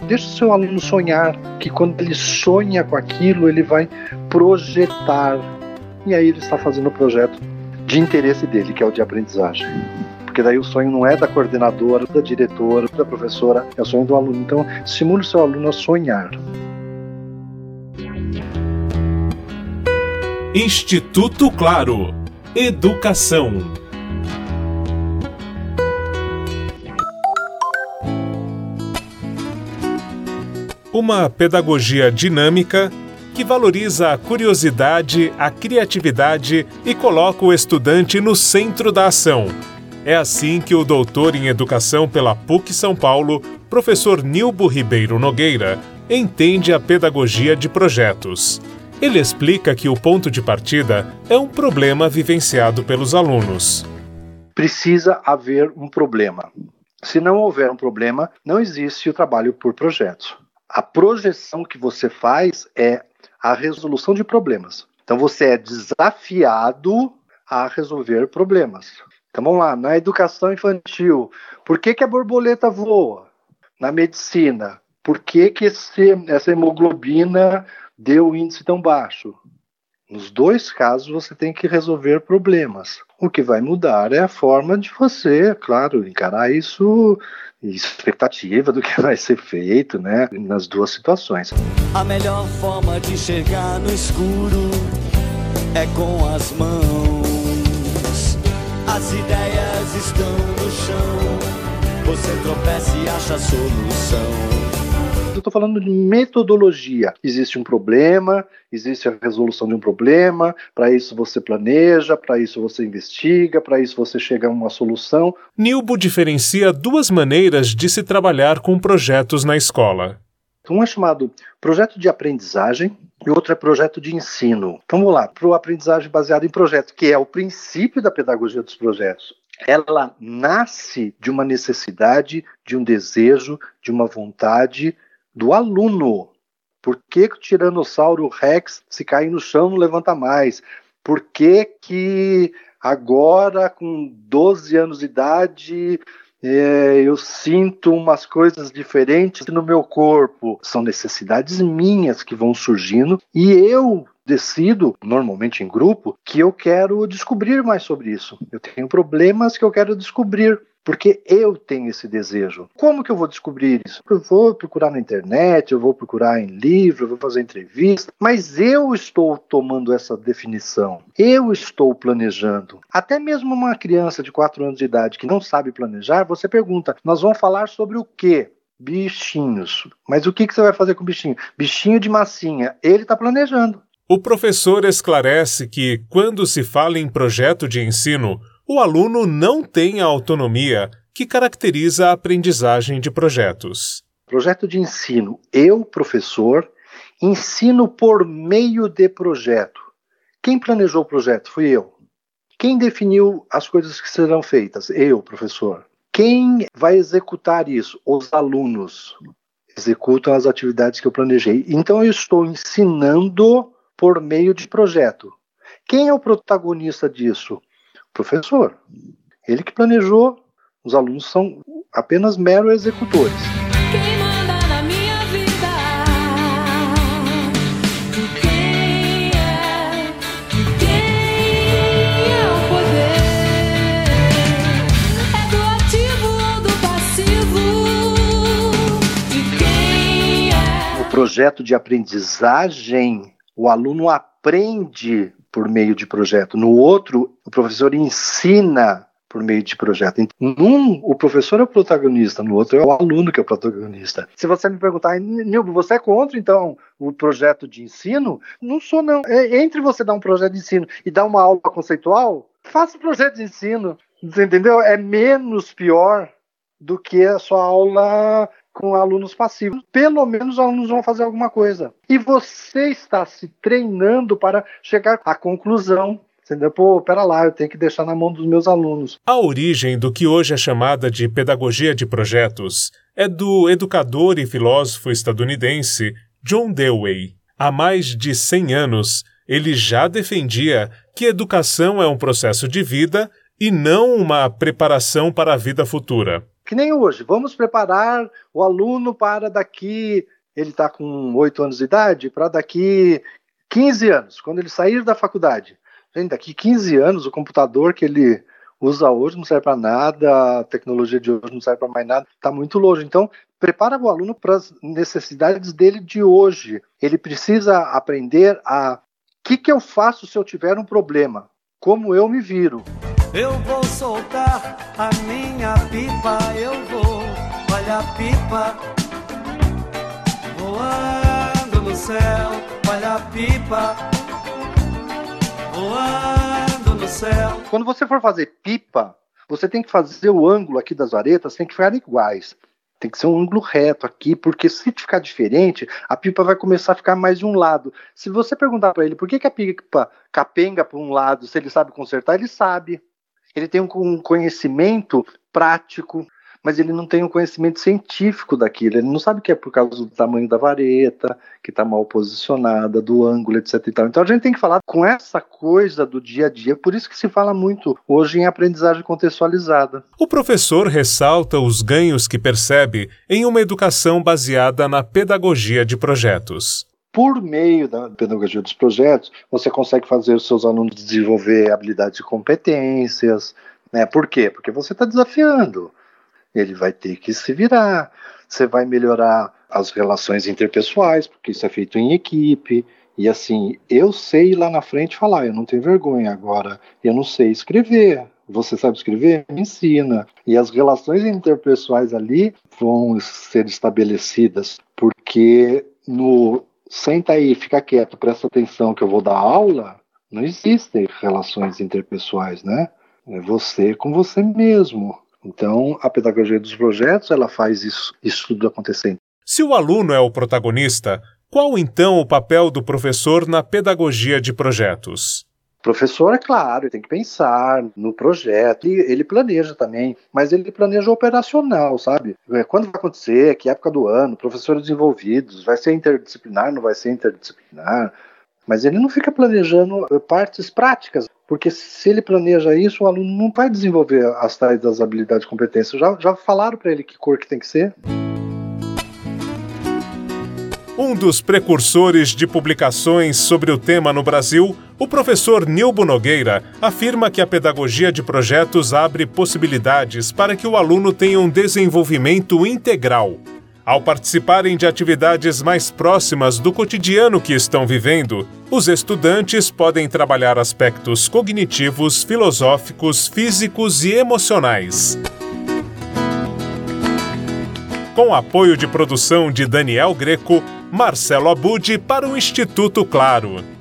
Deixa o seu aluno sonhar, que quando ele sonha com aquilo, ele vai projetar. E aí ele está fazendo o projeto de interesse dele, que é o de aprendizagem. Porque daí o sonho não é da coordenadora, da diretora, da professora, é o sonho do aluno. Então, estimule o seu aluno a sonhar. Instituto Claro. Educação. Uma pedagogia dinâmica que valoriza a curiosidade, a criatividade e coloca o estudante no centro da ação. É assim que o doutor em Educação pela PUC São Paulo, professor Nilbo Ribeiro Nogueira, entende a pedagogia de projetos. Ele explica que o ponto de partida é um problema vivenciado pelos alunos. Precisa haver um problema. Se não houver um problema, não existe o trabalho por projetos. A projeção que você faz é a resolução de problemas. Então você é desafiado a resolver problemas. Então vamos lá, na educação infantil, por que a borboleta voa? Na medicina, por que essa hemoglobina deu um índice tão baixo? Nos dois casos você tem que resolver problemas. O que vai mudar é a forma de você, claro, encarar isso, expectativa do que vai ser feito, né, nas duas situações. A melhor forma de chegar no escuro é com as mãos. As ideias estão no chão, você tropeça e acha a solução. Eu estou falando de metodologia. Existe um problema, existe a resolução de um problema, para isso você planeja, para isso você investiga, para isso você chega a uma solução. Nilbo diferencia duas maneiras de se trabalhar com projetos na escola. Um é chamado projeto de aprendizagem e outro é projeto de ensino. Então vamos lá, para o aprendizagem baseado em projeto, que é o princípio da pedagogia dos projetos. Ela nasce de uma necessidade, de um desejo, de uma vontade do aluno. Por que o Tiranossauro Rex, se cair no chão, não levanta mais? Por que agora, com 12 anos de idade, eu sinto umas coisas diferentes no meu corpo? São necessidades minhas que vão surgindo e eu decido, normalmente em grupo, que eu quero descobrir mais sobre isso. Eu tenho problemas que eu quero descobrir. Porque eu tenho esse desejo. Como que eu vou descobrir isso? Eu vou procurar na internet, eu vou procurar em livro, eu vou fazer entrevista, mas eu estou tomando essa definição. Eu estou planejando. Até mesmo uma criança de 4 anos de idade que não sabe planejar, você pergunta, nós vamos falar sobre o quê? Bichinhos. Mas o que você vai fazer com o bichinho? Bichinho de massinha. Ele está planejando. O professor esclarece que, quando se fala em projeto de ensino, o aluno não tem a autonomia que caracteriza a aprendizagem de projetos. Projeto de ensino. Eu, professor, ensino por meio de projeto. Quem planejou o projeto? Fui eu. Quem definiu as coisas que serão feitas? Eu, professor. Quem vai executar isso? Os alunos executam as atividades que eu planejei. Então eu estou ensinando por meio de projeto. Quem é o protagonista disso? Professor. Ele que planejou, os alunos são apenas meros executores. Quem manda na minha vida? Quem é o poder? É do ativo ou do passivo? De quem é? No projeto de aprendizagem, o aluno aprende por meio de projeto. No outro, o professor ensina por meio de projeto. Num, o professor é o protagonista, no outro é o aluno que é o protagonista. Se você me perguntar, Nilbo, você é contra, então, o projeto de ensino? Não sou, não. Entre você dar um projeto de ensino e dar uma aula conceitual, faça o projeto de ensino. Você entendeu? É menos pior do que a sua aula com alunos passivos. Pelo menos os alunos vão fazer alguma coisa. E você está se treinando para chegar à conclusão. Entendeu? Pô, pera lá, eu tenho que deixar na mão dos meus alunos. A origem do que hoje é chamada de pedagogia de projetos é do educador e filósofo estadunidense John Dewey. Há mais de 100 anos, ele já defendia que educação é um processo de vida e não uma preparação para a vida futura. Que nem hoje, vamos preparar o aluno para daqui, ele está com 8 anos de idade, para daqui 15 anos, quando ele sair da faculdade. Gente, daqui 15 anos, o computador que ele usa hoje não serve para nada, a tecnologia de hoje não serve para mais nada, está muito longe. Então, prepara o aluno para as necessidades dele de hoje. Ele precisa aprender a... O que eu faço se eu tiver um problema? Como eu me viro? Eu vou soltar a minha pipa, eu vou, olha a pipa, voando no céu, olha a pipa, voando no céu. Quando você for fazer pipa, você tem que fazer o ângulo aqui das varetas, tem que ficar iguais. Tem que ser um ângulo reto aqui, porque se ficar diferente, a pipa vai começar a ficar mais de um lado. Se você perguntar para ele por que a pipa capenga para um lado, se ele sabe consertar, ele sabe. Ele tem um conhecimento prático, mas ele não tem um conhecimento científico daquilo. Ele não sabe que é por causa do tamanho da vareta, que está mal posicionada, do ângulo, etc. e tal. Então a gente tem que falar com essa coisa do dia a dia. Por isso que se fala muito hoje em aprendizagem contextualizada. O professor ressalta os ganhos que percebe em uma educação baseada na pedagogia de projetos. Por meio da pedagogia dos projetos, você consegue fazer os seus alunos desenvolver habilidades e competências, né? Por quê? Porque você está desafiando. Ele vai ter que se virar. Você vai melhorar as relações interpessoais, porque isso é feito em equipe. E assim, eu sei lá na frente falar, eu não tenho vergonha agora, eu não sei escrever. Você sabe escrever? Me ensina. E as relações interpessoais ali vão ser estabelecidas, porque no senta aí, fica quieto, presta atenção que eu vou dar aula, não existem relações interpessoais, né? É você com você mesmo. Então, a pedagogia dos projetos, ela faz isso tudo acontecer. Se o aluno é o protagonista, qual então o papel do professor na pedagogia de projetos? O professor, é claro, tem que pensar no projeto, ele planeja também, mas ele planeja operacional, sabe? Quando vai acontecer, que época do ano, professores envolvidos, vai ser interdisciplinar, não vai ser interdisciplinar, mas ele não fica planejando partes práticas, porque se ele planeja isso, o aluno não vai desenvolver as tais das habilidades e competências. Já falaram para ele que cor que tem que ser? Um dos precursores de publicações sobre o tema no Brasil, o professor Nilbo Nogueira, afirma que a pedagogia de projetos abre possibilidades para que o aluno tenha um desenvolvimento integral. Ao participarem de atividades mais próximas do cotidiano que estão vivendo, os estudantes podem trabalhar aspectos cognitivos, filosóficos, físicos e emocionais. Com apoio de produção de Daniel Greco, Marcelo Abud para o Instituto Claro.